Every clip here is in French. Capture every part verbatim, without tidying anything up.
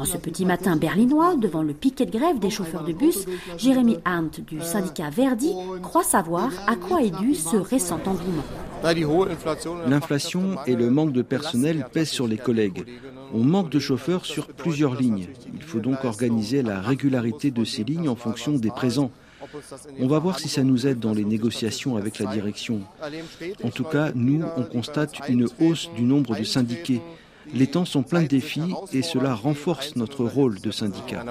En ce petit matin berlinois, devant le piquet de grève des chauffeurs de bus, Jérémy Arndt du syndicat Verdi croit savoir à quoi est dû ce récent engouement. L'inflation et le manque de personnel pèsent sur les collègues. On manque de chauffeurs sur plusieurs lignes. Il faut donc organiser la régularité de ces lignes en fonction des présents. On va voir si ça nous aide dans les négociations avec la direction. En tout cas, nous, on constate une hausse du nombre de syndiqués. Les temps sont pleins de défis et cela renforce notre rôle de syndicat.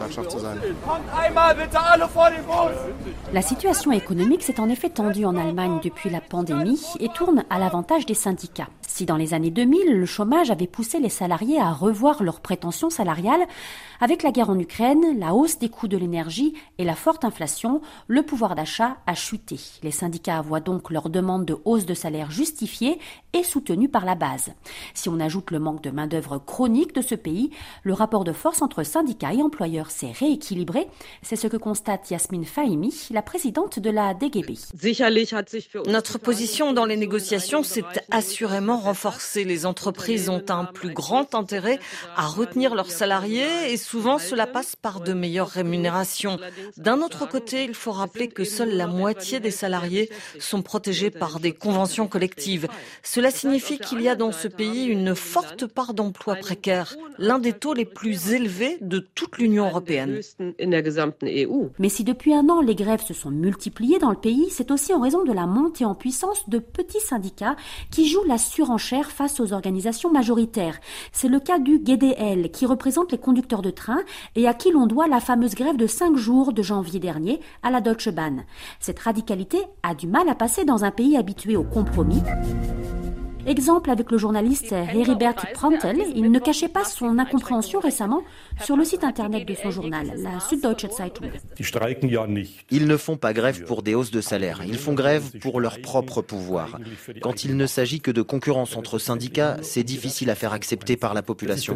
La situation économique s'est en effet tendue en Allemagne depuis la pandémie et tourne à l'avantage des syndicats. Si dans les années deux mille, le chômage avait poussé les salariés à revoir leurs prétentions salariales, avec la guerre en Ukraine, la hausse des coûts de l'énergie et la forte inflation, le pouvoir d'achat a chuté. Les syndicats voient donc leur demande de hausse de salaire justifiée et soutenue par la base. Si on ajoute le manque de main-d'œuvre chronique de ce pays, le rapport de force entre syndicats et employeurs s'est rééquilibré. C'est ce que constate Yasmine Fahimi, la présidente de la D G B. Notre position dans les négociations s'est assurément renforcée. Les entreprises ont un plus grand intérêt à retenir leurs salariés et souvent cela passe par de meilleures rémunérations. D'un autre côté, il faut rappeler que seule la moitié des salariés sont protégés par des conventions collectives. Cela signifie qu'il y a dans ce pays une forte part d'emplois précaires, l'un des taux les plus élevés de toute l'Union européenne. Mais si depuis un an les grèves se sont multipliées dans le pays, c'est aussi en raison de la montée en puissance de petits syndicats qui jouent la surenchère face aux organisations majoritaires. C'est le cas du G D L qui représente les conducteurs de train et à qui l'on doit la fameuse grève de cinq jours de janvier dernier à la Deutsche Bahn. Cette radicalité a du mal à passer dans un pays habitué au compromis. Exemple avec le journaliste Heribert Prantl, il ne cachait pas son incompréhension récemment sur le site internet de son journal, la Süddeutsche Zeitung. Ils ne font pas grève pour des hausses de salaire, ils font grève pour leur propre pouvoir. Quand il ne s'agit que de concurrence entre syndicats, c'est difficile à faire accepter par la population.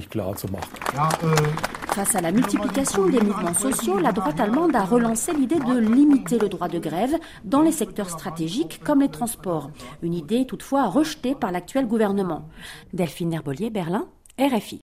Face à la multiplication des mouvements sociaux, la droite allemande a relancé l'idée de limiter le droit de grève dans les secteurs stratégiques comme les transports. Une idée toutefois rejetée par l'actuel gouvernement. Delphine Herbolier, Berlin, R F I.